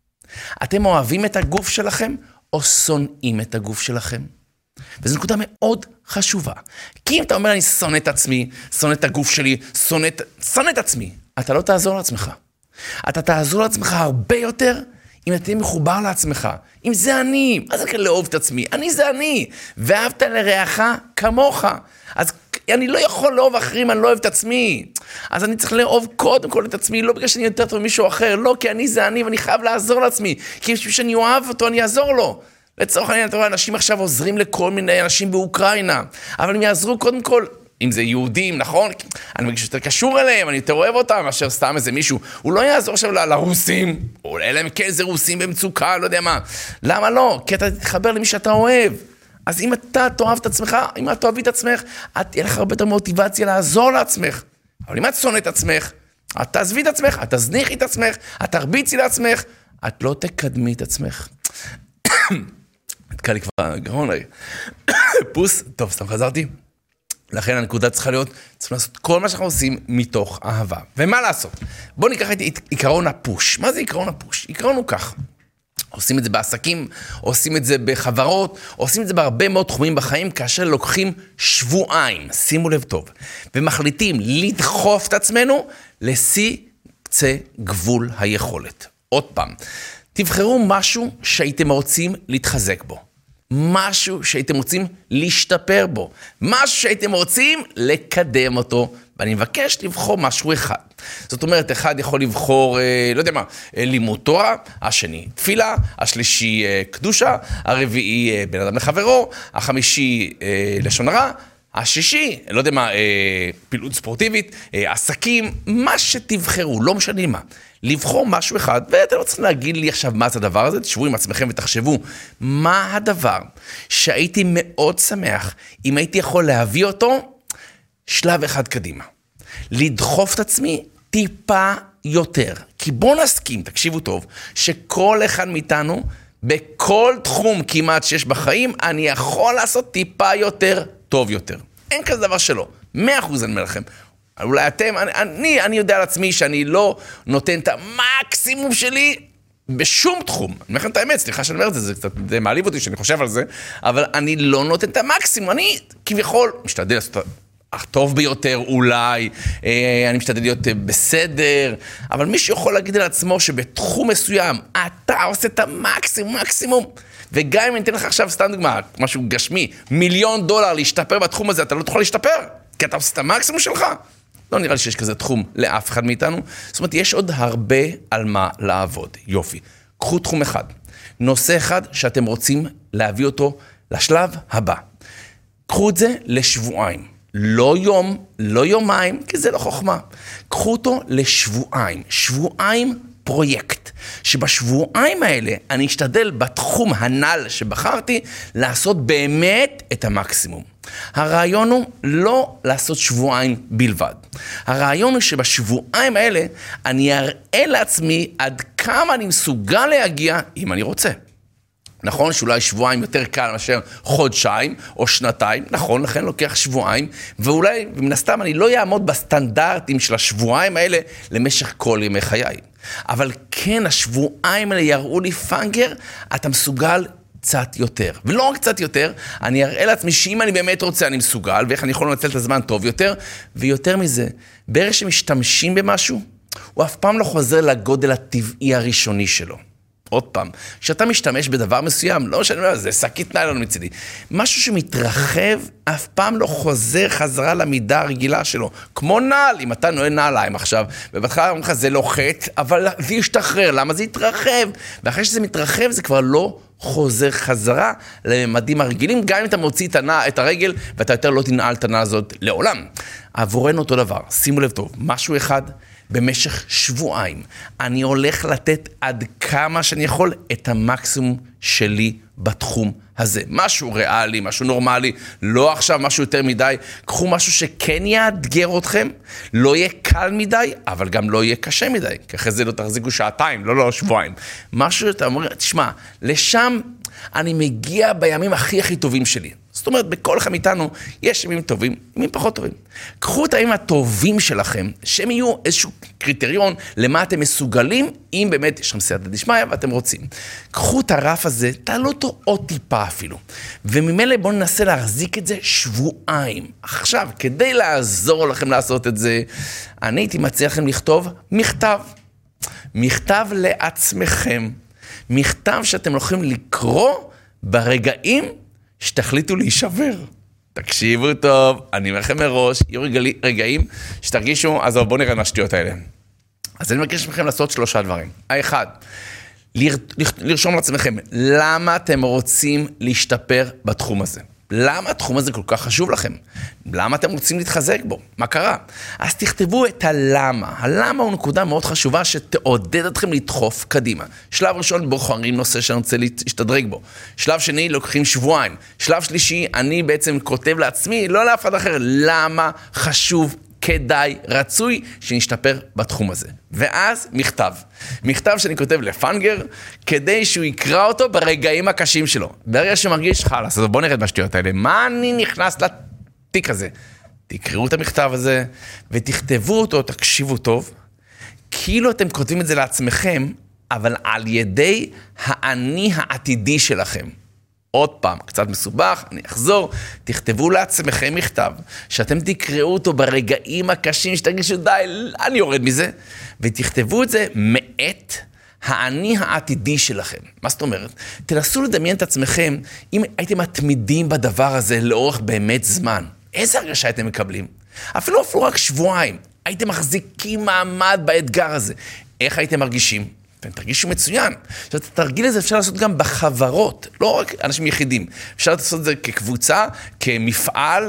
אתם אוהבים את הגוף שלכם, או שונאים את הגוף שלכם? וזו נקודה מאוד חשובה. כי אם אתה אומר, אני שונא את עצמי, שונא את הגוף שלי, שונא את עצמי, אתה לא תעזור לעצמך. אתה תעזור לעצמך הרבה יותר, אם אתה תהיה מחובר לעצמך. אם זה אני, מה זה כאן לאהוב את עצמי? אני זה אני. ואהבת לרעך כמוך. אז אני לא יכול לאהוב אחרים, אני לא אוהב את עצמי. אז אני צריך לאהוב קודם כל את עצמי, לא בגלל שאני יותר טוב ממישהו אחר, לא, כי אני זה אני, ואני חייב לעזור לעצמי. כי בשביל שאני אוהב אותו, אני אעזור לו. לצורך העניין, אתה רואה, אנשים עכשיו עוזרים לכל מיני אנשים באוקראינה, אבל הם יעזרו קודם כל, אם זה יהודים, נכון? אני מרגיש יותר קשור אליהם, אני יותר אוהב אותם, מאשר סתם איזה מישהו. הוא לא יעזור עכשיו לרוסים, או אלה הם כן איזה רוסים במצוקה, לא יודע מה. למה לא? כי אתה תתחבר למי שאתה אוהב. אז אם אתה תאהב את עצמך, אם את תאהבי את עצמך, תהיה לך הרבה יותר מוטיבציה לעזור לעצמך. אבל אם את שונא את עצמך, את תעזבי את עצמך, את תזניחי את עצמך, את תרביצי לעצמך, את לא תקדמי את עצמך. התקע לי כבר גרון רגע. פוס, טוב, סתם חזרתי. לכן הנקודה צריכה להיות, צריכים לעשות כל מה שאנחנו עושים מתוך אהבה. ומה לעשות? בואו ניקח את עיקרון הפוש. מה זה עיקרון הפוש? עיקרון הוא כך. עושים את זה בעסקים, עושים את זה בחברות, עושים את זה בהרבה מאוד תחומים בחיים, כאשר לוקחים שבועיים, שימו לב טוב, ומחליטים לדחוף את עצמנו לשיא קצה גבול היכולת. עוד פעם, תבחרו משהו שהייתם רוצים להתחזק בו. משהו שהייתם רוצים להשתפר בו. משהו שהייתם רוצים לקדם אותו. ואני מבקש לבחור משהו אחד. זאת אומרת, אחד יכול לבחור, לא יודע מה, לימוד תורה, השני תפילה, השלישי קדושה, הרביעי בן אדם לחברו, החמישי לשון הרע, השישי, לא יודע מה, פעילות ספורטיבית, עסקים, מה שתבחרו, לא משנה מה. לבחור משהו אחד, ואתם לא צריכים להגיד לי עכשיו מה זה הדבר הזה, תשבו עם עצמכם ותחשבו, מה הדבר שהייתי מאוד שמח אם הייתי יכול להביא אותו שלב אחד קדימה. לדחוף את עצמי טיפה יותר. כי בואו נסכים, תקשיבו טוב, שכל אחד מאיתנו, בכל תחום כמעט שיש בחיים, אני יכול לעשות טיפה יותר טוב יותר. אין כזה דבר שלא. 100% אני אומר לכם. אולי אתם, אני יודע על עצמי שאני לא נותן את המקסימום שלי בשום תחום. אני אומר לכם את האמת, סליחה שאני אומר את זה, זה קצת מעליב אותי שאני חושב על זה, אבל אני לא נותן את המקסימום. אני כביכול משתדל לעשות הטוב ביותר אולי, אני משתדל להיות בסדר, אבל מישהו יכול להגיד על עצמו שבתחום מסוים אתה עושה את המקסימום, וגם אם אני אתן לך עכשיו סתם דוגמה, משהו גשמי, $1,000,000 להשתפר בתחום הזה, אתה לא תוכל להשתפר, כי אתה עושה את המקסימום שלך. לא נראה לי שיש כזה תחום לאף אחד מאיתנו. זאת אומרת, יש עוד הרבה על מה לעבוד. יופי. קחו תחום אחד. נושא אחד שאתם רוצים להביא אותו לשלב הבא. קחו את זה לשבועיים. לא יום, לא יומיים, כי זה לא חוכמה. קחו אותו לשבועיים. שבועיים פרויקט. שבשבועיים האלה אני אשתדל בתחום הנ"ל שבחרתי לעשות באמת את המקסימום. הרעיון הוא לא לעשות שבועיים בלבד. הרעיון הוא שבשבועיים האלה אני אראה לעצמי עד כמה אני מסוגל להגיע אם אני רוצה. נכון שאולי שבועיים יותר קל מאשר חודשיים או שנתיים, נכון, לכן לוקח שבועיים, ואולי, ומן הסתם, אני לא אעמוד בסטנדרטים של השבועיים האלה למשך כל ימי חיי. אבל כן, השבועיים האלה יראו לי פאנגר, אתה מסוגל קצת יותר. ולא רק קצת יותר, אני אראה לעצמי שאם אני באמת רוצה, אני מסוגל, ואיך אני יכול לנצל את הזמן טוב יותר, ויותר מזה, ברגע שמשתמשים במשהו, הוא אף פעם לא חוזר לגודל הטבעי הראשוני שלו. עוד פעם, כשאתה משתמש בדבר מסוים, לא שאני אומר, זה שקית ניילון מצידי. משהו שמתרחב, אף פעם לא חוזר חזרה למידה הרגילה שלו. כמו נעל, אם אתה נועל נעליים עכשיו, ובהתחלה אומרים לך, זה לא חטא, אבל זה ישתחרר. למה זה יתרחב? ואחרי שזה מתרחב, זה כבר לא חוזר חזרה לממדים הרגילים, גם אם אתה מוציא את הרגל, ואתה יותר לא תנעל את הנעל הזאת לעולם. עבורנו אותו דבר, שימו לב טוב, משהו אחד, במשך שבועיים, אני הולך לתת עד כמה שאני יכול את המקסימום שלי בתחום הזה. משהו ריאלי, משהו נורמלי, לא עכשיו משהו יותר מדי. קחו משהו שכן יאתגר אתכם, לא יהיה קל מדי, אבל גם לא יהיה קשה מדי. ככה זה לא תחזיקו שעתיים, לא שבועיים. משהו שאתה אומר, תשמע, לשם אני מגיע בימים הכי טובים שלי. זאת אומרת, בכל אחד מאיתנו יש ימים טובים, ימים פחות טובים. קחו את הימים הטובים שלכם, שהם יהיו איזשהו קריטריון למה אתם מסוגלים, אם באמת יש לכם סייעתא דשמיא ואתם רוצים. קחו את הרף הזה, תעלו אותו עוד טיפה אפילו. וממילא בואו ננסה להחזיק את זה שבועיים. עכשיו, כדי לעזור לכם לעשות את זה, אני הייתי מציע לכם לכתוב מכתב. מכתב לעצמכם. מכתב שאתם הולכים לקרוא ברגעים שתחליטו להישבר. תקשיבו טוב, אני אומר לכם מראש, יהיו רגעים שתרגישו, אז בואו נראה מהשטויות האלה. אז אני מבקש מכם לעשות 3 דברים. האחד, לרשום לעצמכם, למה אתם רוצים להשתפר בתחום הזה? למה התחום הזה כל כך חשוב לכם? למה אתם רוצים להתחזק בו? מה קרה? אז תכתבו את הלמה. הלמה הוא נקודה מאוד חשובה שתעודד אתכם לדחוף קדימה. שלב ראשון, בוחרים נושא שאני רוצה להשתדרג בו. שלב שני, לוקחים שבועיים. שלב שלישי, אני בעצם כותב לעצמי, לא לאף אחד אחר, למה חשוב, כדאי, רצוי שנשתפר בתחום הזה. ואז מכתב. מכתב שאני כותב לפאנגר, כדי שהוא יקרא אותו ברגעים הקשים שלו. ברגע שמרגיש חלס, אז בואו נרד בשטויות האלה. מה אני נכנס לתיק הזה? תקראו את המכתב הזה, ותכתבו אותו, תקשיבו טוב, כאילו אתם כותבים את זה לעצמכם, אבל על ידי האני העתידי שלכם. עוד פעם, קצת מסובך, אני אחזור, תכתבו לעצמכם מכתב, שאתם תקראו אותו ברגעים הקשים, שתרגישו די, אני יורד מזה, ותכתבו את זה מעת האני העתידי שלכם. מה זאת אומרת? תנסו לדמיין את עצמכם, אם הייתם מתמידים בדבר הזה לאורך באמת זמן, איזה הרגשה הייתם מקבלים? אפילו רק שבועיים, הייתם מחזיקים מעמד באתגר הזה. איך הייתם מרגישים? אתם תרגישו מצוין. עכשיו, את התרגיל הזה אפשר לעשות גם בחברות, לא רק אנשים יחידים. אפשר לעשות את זה כקבוצה, כמפעל,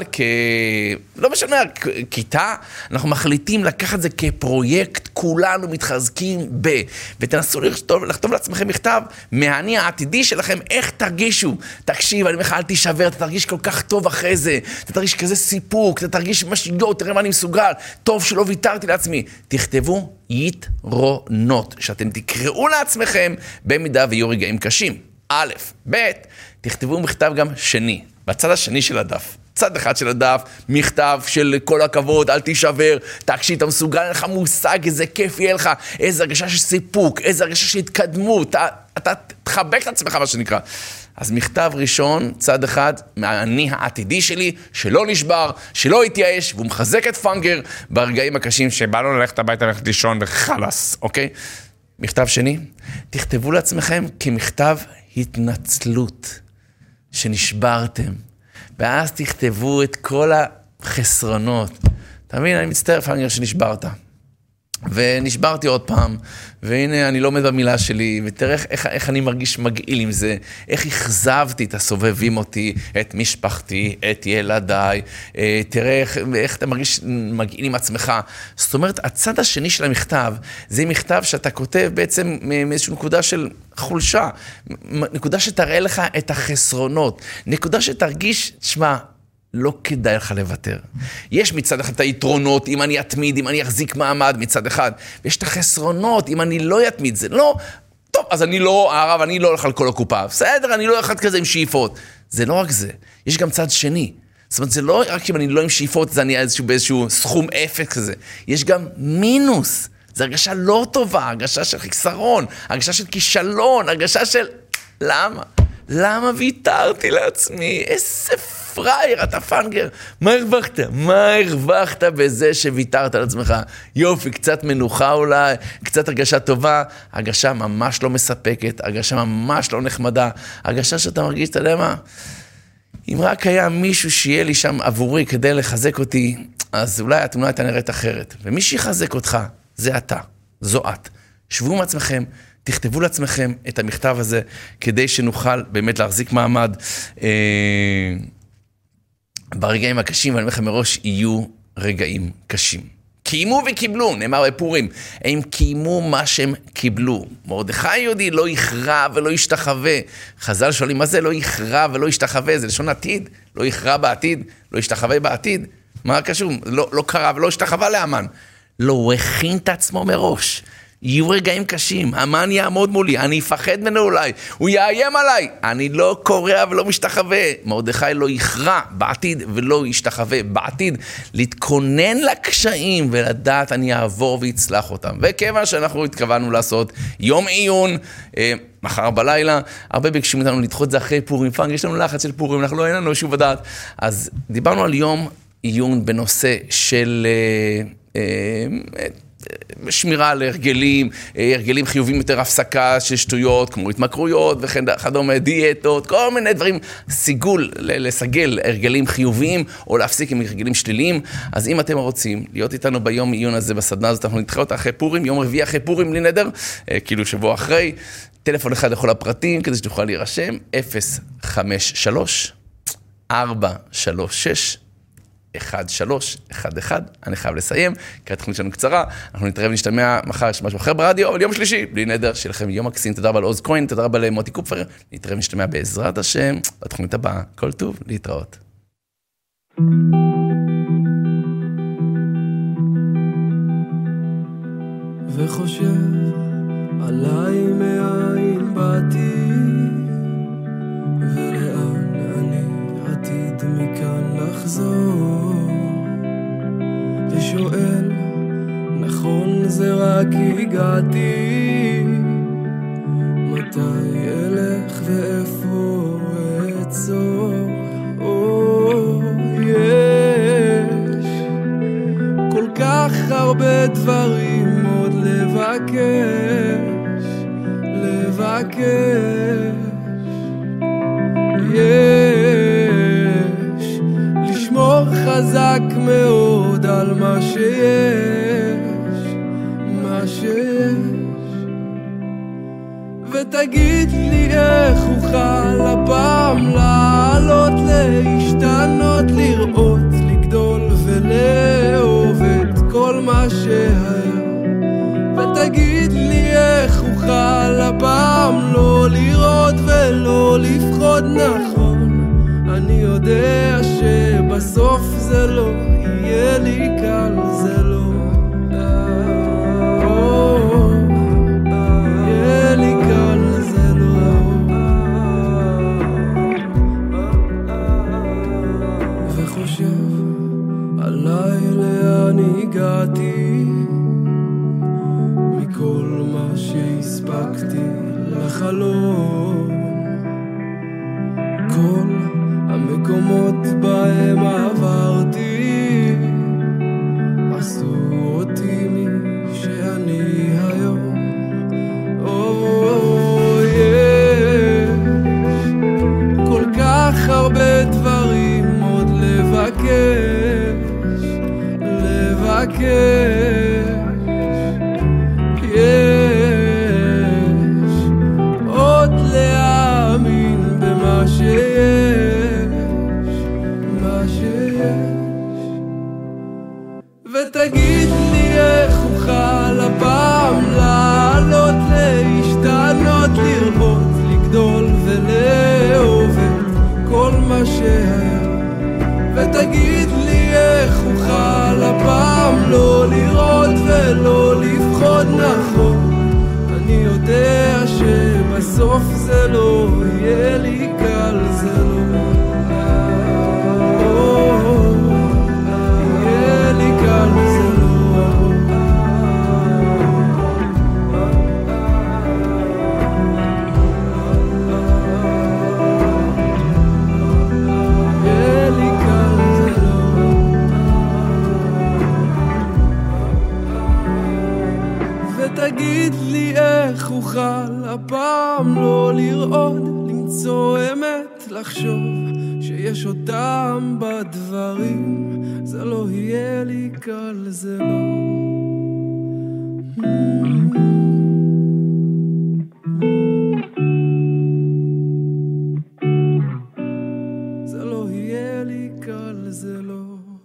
לא משנה, כיתה. אנחנו מחליטים לקחת את זה כפרויקט, כולנו מתחזקים ותנסו לכתוב לעצמכם מכתב מהאני העתידי שלכם, איך תרגישו. תקשיב, אני אומר לך, אל תישבר, אתה תרגיש כל כך טוב אחרי זה, אתה תרגיש כזה סיפוק, אתה תרגיש משהו, תראה מה אני מסוגל, טוב שלא ויתרתי לעצמי. תכתבו יתרונות, שאתם תקראו לעצמכם במידה ויהיו רגעים קשים. א', ב', תכתבו מכתב גם שני, בצד השני של הדף. צד אחד של הדף, מכתב של כל הכבוד, אל תישבר, תקשיב, אתה מסוגל, אין לך מושג, איזה כיף יהיה לך, איזה הרגשה של סיפוק, איזה הרגשה של התקדמות, אתה תחבק את עצמך, מה שנקרא. אז מכתב ראשון, צד אחד, מהאני העתידי שלי, שלא נשבר, שלא יתייאש, והוא מחזק את פאנגר ברגעים הקשים שבאנו ללכת הביתה, ללכת לישון וחלס, אוקיי? מכתב שני, תכתבו לעצמכם כמכתב התנצלות, שנשברתם, ואז תכתבו את כל החסרונות. אתה מבין, אני מצטער פאנגר שנשברת. ונשברתי עוד פעם, והנה אני לא עומד במילה שלי, ותראה איך אני מרגיש מגעיל עם זה, איך הכזבתי את הסובבים אותי, את משפחתי, את ילדיי, תראה איך אתה מרגיש מגעיל עם עצמך. זאת אומרת, הצד השני של המכתב, זה מכתב שאתה כותב בעצם מאיזושהי נקודה של חולשה, נקודה שתראה לך את החסרונות, נקודה שתרגיש, תשמע, לא כדאי לך לוותר. יש מצד אחד את היתרונות, אם אני אתמיד, אם אני אחזיק מעמד מצד אחד, ויש את החסרונות, אם אני לא אתמיד, זה לא, טוב, אז אני לא, הרב, אני לא הולך על כל הקופה, בסדר, אני לא אחד כזה עם שאיפות. זה לא רק זה, יש גם צד שני. זאת אומרת, זה לא רק אם אני לא עם שאיפות, זה אני באיזשהו סכום אפס כזה. יש גם מינוס. זו הרגשה לא טובה, הרגשה של חיסרון, הרגשה של כישלון, הרגשה של... למה? למה ויתרתי לעצמי? איזה פרייר, אתה פנגר. מה הרווחת? מה הרווחת בזה שוויתרת על עצמך? יופי, קצת מנוחה אולי, קצת הרגשה טובה, הרגשה ממש לא מספקת, הרגשה ממש לא נחמדה, הרגשה שאתה מרגיש, אתה יודע מה? אם רק היה מישהו שיהיה לי שם עבורי כדי לחזק אותי, אז אולי התמונה הייתה נראית אחרת. ומי שיחזק אותך, זה אתה, זו את. שבו עם עצמכם, תכתבו לעצמכם את המכתב הזה, כדי שנוכל באמת להחזיק מעמד. ברגעים הקשים, ואני אומר לכם מראש, יהיו רגעים קשים. קיימו וקיבלו, נאמר בפורים, הם קיימו מה שהם קיבלו. מרדכי יהודי לא יכרע ולא ישתחווה. חז"ל שואלים, מה זה לא יכרע ולא ישתחווה? זה לשון עתיד, לא יכרע בעתיד, לא ישתחווה בעתיד. מה קשור? לא קרא ולא ישתחווה לאמן. לא, הוא הכין את עצמו מראש. יהיו רגעים קשים, המן יעמוד מולי, אני אפחד ממנו אולי, הוא יאיים עליי, אני לא קורא ולא משתחווה. מרדכי לא יכרע בעתיד ולא ישתחווה בעתיד, להתכונן לקשיים ולדעת אני אעבור ויצלח אותם. וכיוון שאנחנו התכוונו לעשות יום עיון, מחר בלילה, הרבה ביקשו מאיתנו לדחות זה אחרי פורים, פאנג, יש לנו לחץ של פורים, אנחנו לא אין לנו שוב לדעת. אז דיברנו על יום עיון בנושא של... שמירה על הרגלים, הרגלים חיובים יותר, הפסקה של שטויות, כמו התמכרויות וכדומה, דיאטות, כל מיני דברים, סיגול, לסגל הרגלים חיוביים, או להפסיק עם הרגלים שליליים. אז אם אתם רוצים להיות איתנו ביום עיון הזה, בסדנה הזאת, אנחנו נדחה אותה אחרי פורים, יום רביעי אחרי פורים, בלי נדר, כאילו שבוע אחרי, טלפון אחד לכל הפרטים, כדי שתוכל להירשם, 053-436-1311, אני חייב לסיים, כי התוכנית שלנו קצרה, אנחנו נתראה ונשתמע מחר יש משהו אחר ברדיו, אבל יום שלישי, בלי נדר, שיהיה לכם יום מקסים, תודה רבה לעוז כהן, תודה רבה למוטי קופפר, נתראה ונשתמע בעזרת השם, בתוכנית הבאה, כל טוב, להתראות. וחושב עליי מאין באתי, ולאן אני עתיד מכאן לחזור, ושואל, נכון זה רק הגעתי, מתי אלך ואיפה אעצור? יש כל כך הרבה דברים עוד לבקש, יש לשמור חזק מאוד על מה שיש, ותגיד לי איך אוכל הפעם לעלות, להשתנות, לראות, לגדול ולאהוב את כל מה שהיה, ותגיד לי איך אוכל הפעם לא לראות ולא לפחוד. נכון, אני יודע שבסוף זה לא יהיה לי קל, זה לא יהיה לי קל, זה לא. וחושב עליי לאן הגעתי, מכל מה שהספקתי לחלום, כל המקומות בהם עברתי עשו אותי מי שאני היום. יש כל כך הרבה דברים עוד לבקש, יש עוד להאמין במה שיש, ותגיד לי איך אוכל הפעם לעלות, להשתנות, לראות, לגדול ולאהוב את כל מה שהיה, ולא לפחוד נכון. אני יודע שבסוף זה לא יהיה לי קל, זה לא יהיה לי קל, זה לא יהיה לי קל, זה לא ותגיד לי איך אוכל הפעם לא לראות, למצוא אמת, לחשוב שיש אותם בדברים. זה לא יהיה לי קל, זה לא זה לא יהיה לי קל, זה לא.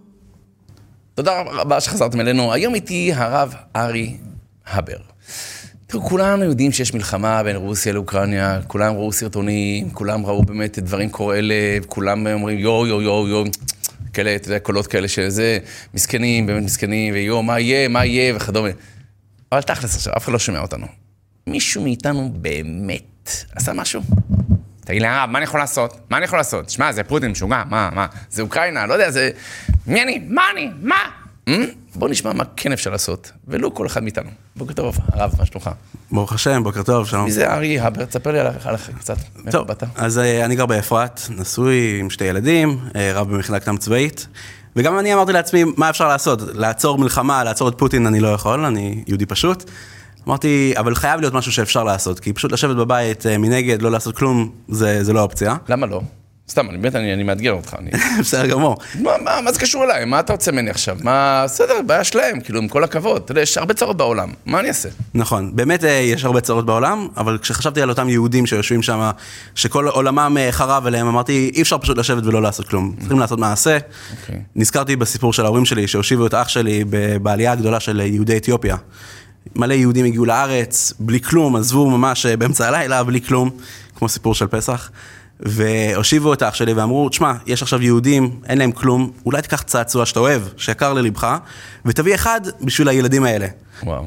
תודה רבה שחזרתם אלינו. היום איתי הרב ארי הבר. תראו, כולנו יודעים שיש מלחמה בין רוסיה לאוקרניה, כולם ראו סרטונים, כולם ראו באמת דברים קוראים לב, כולם אומרים יו יו יו יו, כאלה, אתה יודע, קולות כאלה שזה, מסכנים, באמת מסכנים, ויו, מה יהיה, וכדומה. אבל תכלס עכשיו, אף אחד לא שומע אותנו. מישהו מאיתנו באמת עשה משהו? תגיד לי, הרב, מה אני יכול לעשות? מה אני יכול לעשות? שמע, זה פוטין משוגע, מה? זה אוקראינה, לא יודע, זה... מי אני? מה? בוא נשמע מה כן אפשר לעשות, ולא כל אחד מאיתנו. בוקר טוב, הרב, מה שלומך? ברוך השם, בוקר טוב, שלום. מי זה ארי הבר? תספר לי עליך קצת. טוב, אז אני גר באפרת, נשוי עם 2 ילדים, רב במכינה קדם צבאית, וגם אני אמרתי לעצמי, מה אפשר לעשות? לעצור מלחמה, לעצור את פוטין אני לא יכול, אני יהודי פשוט. אמרתי, אבל חייב להיות משהו שאפשר לעשות, כי פשוט לשבת בבית מנגד, לא לעשות כלום, זה לא אופציה. למה לא? סתם, אני מאתגר אותך. בסדר גמור. מה זה קשור אליי? מה אתה רוצה ממני עכשיו? מה, בסדר, בעיה שלהם, כאילו, עם כל הכבוד. אתה יודע, יש הרבה צרות בעולם. מה אני אעשה? נכון, באמת יש הרבה צרות בעולם, אבל כשחשבתי על אותם יהודים שיושבים שם, שכל עולמם חרב עליהם, אמרתי, אי אפשר פשוט לשבת ולא לעשות כלום. צריכים לעשות מעשה. נזכרתי בסיפור של ההורים שלי, שהושיבו את אח שלי בעלייה הגדולה של יהודי אתיופיה. מלא יהודים הגיעו לארץ, בלי כלום, עזבו ממש באמצע הלילה, בלי כלום, כמו סיפור של פסח. והושיבו את האח שלי ואמרו, תשמע, יש עכשיו יהודים, אין להם כלום, אולי תיקח צעצוע שאתה אוהב, שיקר ללבך, ותביא אחד בשביל הילדים האלה. וואו.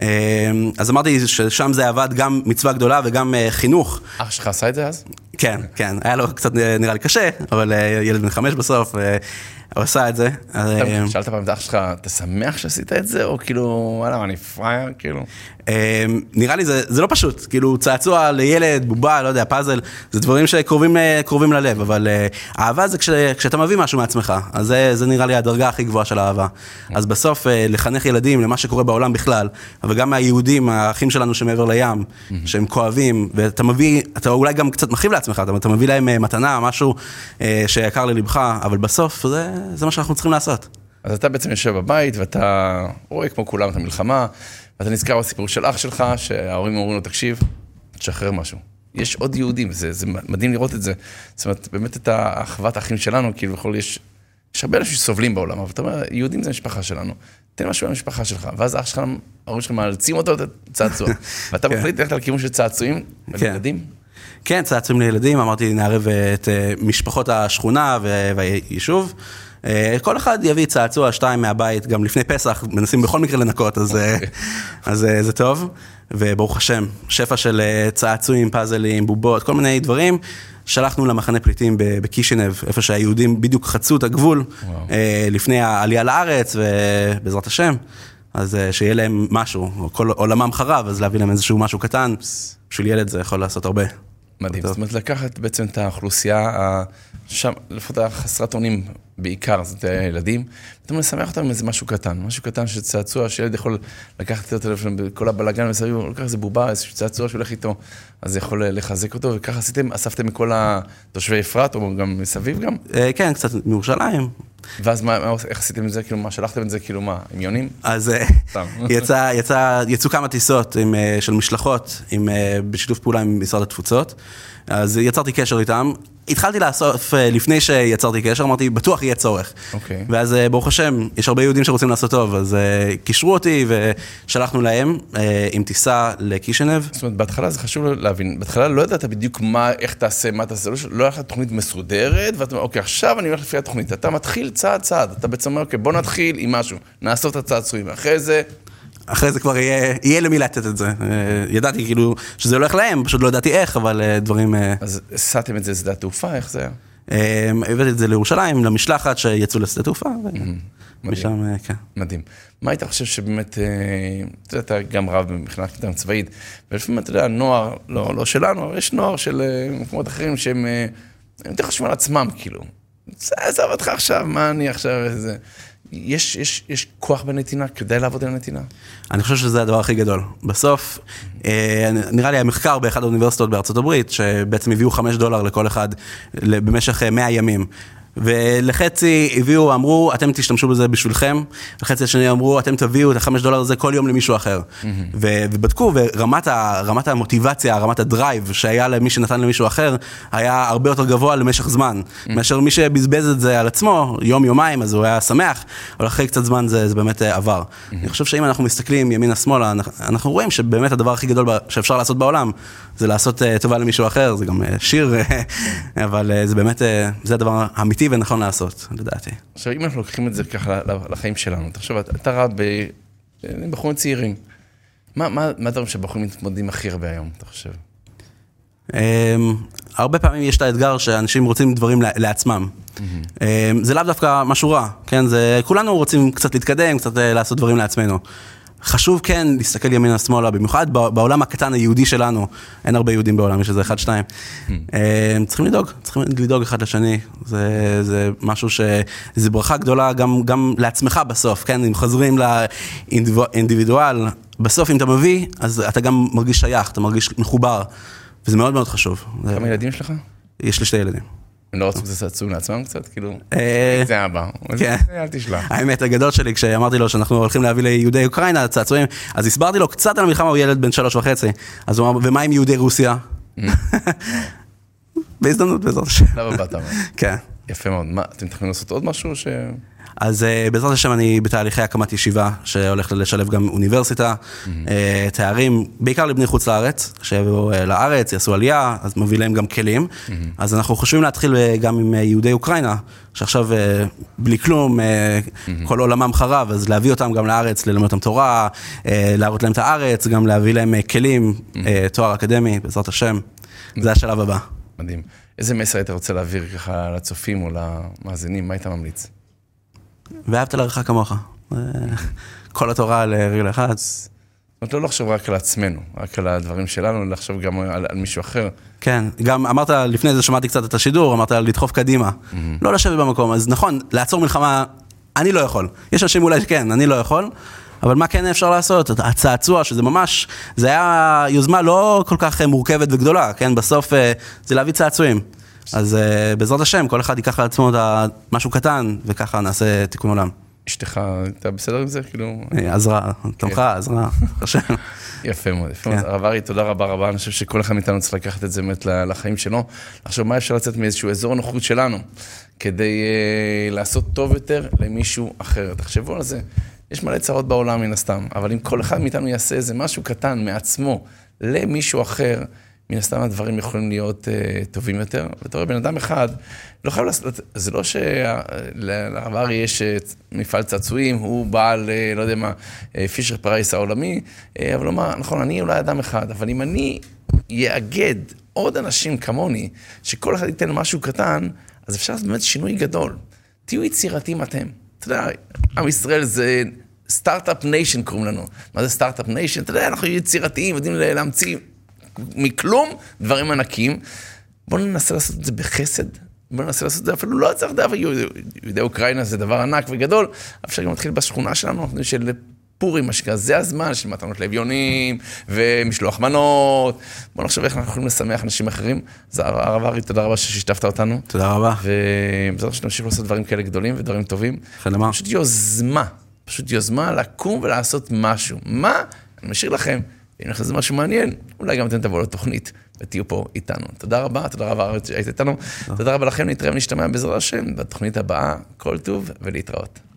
אז אמרתי ששם זה עבד גם מצווה גדולה וגם חינוך. אח שלך עשה את זה אז? כן, היה לו קצת נראה לי קשה, אבל ילד בן 5 בסוף, הוא עשה את זה. שאלת פעם את אח שלך, אתה שמח שעשית את זה, או כאילו, וואלה, אני פרייר, כאילו? נראה לי זה לא פשוט, כאילו צעצוע לילד, בובה, לא יודע, פאזל, זה דברים שקרובים ללב, אבל אהבה זה כשאתה מביא משהו מעצמך, אז זה נראה לי הדרגה הכי גבוהה של האהבה. אז בסוף לחנך ילדים למה שקורה בעולם בכלל, אבל גם מהיהודים, האחים שלנו שמעבר לים, שהם כואבים, ואתה מביא, אתה אולי גם קצת מכאיב לעצמך, אתה מביא להם מתנה, משהו שיקר ללבך, אבל בסוף זה מה שאנחנו צריכים לעשות. אז אתה בעצם יושב בבית, ואתה רואה כמו כולם את המלחמה, ואתה נזכר בסיפור של אח שלך, שההורים אומרים לו, תקשיב, תשחרר משהו. יש עוד יהודים, זה מדהים לראות את זה. זאת אומרת, באמת את האחוות האחים שלנו, כאילו יכול, יש הרבה אנשים שסובלים בעולם, אבל אתה אומר, יהודים זה המשפחה שלנו. תן משהו למשפחה שלך, ואז אח שלך, ההורים שלך מאלצים אותו את הצעצוע. ואתה מחליט ללכת על כיוון של צעצועים לילדים? כן, צעצועים לילדים, אמרתי, נערב את משפחות השכונה והיישוב. כל אחד יביא צעצוע 2 מהבית, גם לפני פסח, מנסים בכל מקרה לנקות, אז זה טוב. וברוך השם, שפע של צעצועים, פאזלים, בובות, כל מיני דברים. שלחנו למחנה פליטים בקישינב, איפה שהיהודים בדיוק חצו את הגבול, לפני העלייה לארץ, ובעזרת השם, אז שיהיה להם משהו, כל עולמם חרב, אז להביא להם איזשהו משהו קטן, בשביל ילד זה יכול לעשות הרבה. מדהים, זאת אומרת, לקחת בעצם את האוכלוסייה, שם, לפחות החסרת אונים בעיקר, זאת הילדים, אתה משמח אותם עם איזה משהו קטן שצעצוע, שילד יכול לקחת את הטלפון בכל הבלגן מסביב, הוא לקח איזה בובה, איזה צעצוע שהולך איתו, אז זה יכול לחזק אותו, וככה אספתם מכל התושבי אפרת, או גם מסביב גם? כן, קצת מירושלים. ואז איך עשיתם את זה? כאילו מה, שלחתם את זה? כאילו מה, עם יונים? אז יצאו כמה טיסות של משלחות, בשיתוף פעולה עם משרד התפוצות, אז יצרתי קשר איתם, התחלתי לאסוף, לפני שיצרתי קשר, אמרתי, בטוח יהיה צורך. ואז ברוך השם, יש הרבה יהודים שרוצים לעשות טוב, אז קישרו אותי ושלחנו להם עם טיסה לקישינב. זאת אומרת, בהתחלה זה חשוב להבין, בהתחלה לא ידעת בדיוק איך תעשה, מה תעשה, לא היה לך תוכנית מסודרת, ואתה אומר, אוקיי, עכשיו אני הולך לפי התוכנית, אתה מתחיל צעד צעד, אתה בעצם אומר, אוקיי, בוא נתחיל עם משהו, נאסוף את הצעצועים, אחרי זה... אחרי זה כבר יהיה למי לתת את זה. ידעתי כאילו שזה הולך להם, פשוט לא ידעתי איך, אבל דברים... אז עשיתם את זה לשדה התעופה, איך זה היה? הבאתי את זה לירושלים, למשלחת שיצאו לשדה התעופה, ומשם, כן. מדהים. מה היית חושב שבאמת, אתה גם רב במכינה קדם צבאית, ולפעמים אתה יודע, נוער, לא שלנו, אבל יש נוער של מקומות אחרים שהם יותר חושבים על עצמם, כאילו. זה עזב אותך עכשיו, מה אני עכשיו, איזה... יש כוח בנתינה, כדאי לעבוד על הנתינה? אני חושב שזה הדבר הכי גדול. בסוף, נראה לי המחקר באחד האוניברסיטות בארצות הברית, שבעצם הביאו $5 לכל אחד במשך 100 ימים. ולחצי הביאו, אמרו, אתם תשתמשו בזה בשבילכם, לחצי השני אמרו, אתם תביאו את $5 הזה כל יום למישהו אחר. ובדקו, ורמת המוטיבציה, רמת הדרייב שהיה למי שנתן למישהו אחר, היה הרבה יותר גבוה למשך זמן, מאשר מי שבזבז את זה על עצמו, יום-יומיים, אז הוא היה שמח, אבל אחרי קצת זמן זה באמת עבר. אני חושב שאם אנחנו מסתכלים ימינה-שמאלה, אנחנו רואים שבאמת הדבר הכי גדול שאפשר לעשות בעולם, זה לעשות טובה למישהו אחר, זה גם שיר, אבל זה באמת, זה הדבר האמיתי ונכון לעשות, לדעתי. עכשיו, אם אנחנו לוקחים את זה ככה לחיים שלנו, תחשוב, אתה רב בחורים צעירים, מה הדברים שבחורים מתמודדים הכי הרבה היום, אתה חושב? הרבה פעמים יש את האתגר שאנשים רוצים דברים לעצמם. זה לאו דווקא משהו רע, כן? כולנו רוצים קצת להתקדם, קצת לעשות דברים לעצמנו. חשוב כן להסתכל ימינה שמאלה, במיוחד בעולם הקטן היהודי שלנו, אין הרבה יהודים בעולם, יש איזה 1-2. צריכים לדאוג אחד לשני, זה משהו זה ברכה גדולה גם לעצמך בסוף, כן? אם חוזרים לאינדיבידואל, בסוף אם אתה מביא, אז אתה גם מרגיש שייך, אתה מרגיש מחובר, וזה מאוד מאוד חשוב. כמה ילדים יש לך? יש לי 2 ילדים. הם לא רצו את זה צעצום לעצמם קצת? כאילו, זה אבא. כן. אל תשלח. האמת, הגדול שלי, כשאמרתי לו שאנחנו הולכים להביא ליהודי אוקראינה, צעצועים, אז הסברתי לו קצת על המלחמה, הוא ילד בן 3.5. אז הוא אמר, ומה עם יהודי רוסיה? בהזדמנות, בעזרת השם. למה באת? כן. יפה מאוד. מה, אתם תכולים לעשות עוד משהו? אז בעזרת השם אני בתהליכי הקמת ישיבה, שהולכת לשלב גם אוניברסיטה, תארים, בעיקר לבני חוץ לארץ, שיבואו לארץ, יעשו עלייה, אז מביא להם גם כלים. אז אנחנו חושבים להתחיל גם עם יהודי אוקראינה, שעכשיו בלי כלום, כל עולמם חרב, אז להביא אותם גם לארץ, ללמוד אותם תורה, להראות להם את הארץ, גם להביא להם כלים, תואר אקדמי, בעזרת השם. זה השלב הבא. מדהים. איזה מסר היית רוצה להעביר ככה לצופים או למאזינים? מה היית ממליץ? ואהבת לרעך כמוך. כל התורה לרגל אחד. זאת אומרת, לא לחשוב רק על עצמנו, רק על הדברים שלנו, לחשוב גם על מישהו אחר. כן, גם אמרת, לפני זה שמעתי קצת את השידור, אמרת לדחוף קדימה. לא לשבת במקום, אז נכון, לעצור מלחמה, אני לא יכול. יש אנשים אולי שכן, אני לא יכול, אבל מה כן אפשר לעשות? הצעצוע, שזה ממש, זה היה יוזמה לא כל כך מורכבת וגדולה, כן? בסוף זה להביא צעצועים. אז בעזרת השם, כל אחד ייקח לעצמו משהו קטן, וככה נעשה תיקון עולם. אשתך, אתה בסדר עם זה? כאילו... עזרה, תמכה, עזרה, השם. יפה מאוד, יפה מאוד. הרב ארי, תודה רבה רבה. אני חושב שכל אחד מאיתנו צריך לקחת את זה באמת לחיים שלו. עכשיו, מה אפשר לצאת מאיזשהו אזור הנוחות שלנו, כדי לעשות טוב יותר למישהו אחר? תחשבו על זה. יש מלא צרות בעולם מן הסתם, אבל אם כל אחד מאיתנו יעשה איזה משהו קטן מעצמו למישהו אחר, מן הסתם הדברים יכולים להיות טובים יותר. ואתה רואה, בן אדם אחד, לא חייב לעשות, זה לא שלרב ארי יש מפעל צעצועים, הוא בעל, לא יודע מה, פישר פרייס העולמי, אבל לא, נכון, אני אולי אדם אחד, אבל אם אני יאגד עוד אנשים כמוני, שכל אחד ייתן משהו קטן, אז אפשר לעשות באמת שינוי גדול. תהיו יצירתיים אתם. אתה יודע, עם ישראל זה סטארט-אפ ניישן קוראים לנו. מה זה סטארט-אפ ניישן? אתה יודע, אנחנו יצירתיים, יודעים להמציא מכלום דברים ענקים. בואו ננסה לעשות את זה בחסד. בואו ננסה לעשות את זה, אפילו לא צריך דבר, יהודי אוקראינה זה דבר ענק וגדול, אפשר גם להתחיל בשכונה שלנו, של פורים, זה הזמן של מתנות לאביונים, ומשלוח מנות. בואו נחשוב איך אנחנו יכולים לשמח אנשים אחרים. אז הרב ארי, תודה רבה ששיתפת אותנו. תודה רבה. ובזאת שנמשיך לעשות דברים כאלה גדולים ודברים טובים. חלמה. פשוט יוזמה לקום ולעשות משהו. מה? אני משאיר לכם. אם נכנס זה משהו מעניין, אולי גם אתם תבואו לתוכנית ותהיו פה איתנו. תודה רבה שהיית איתנו. תודה רבה לכם, נתראה ונשתמע בעזרת השם בתוכנית הבאה. כל טוב ולהתראות.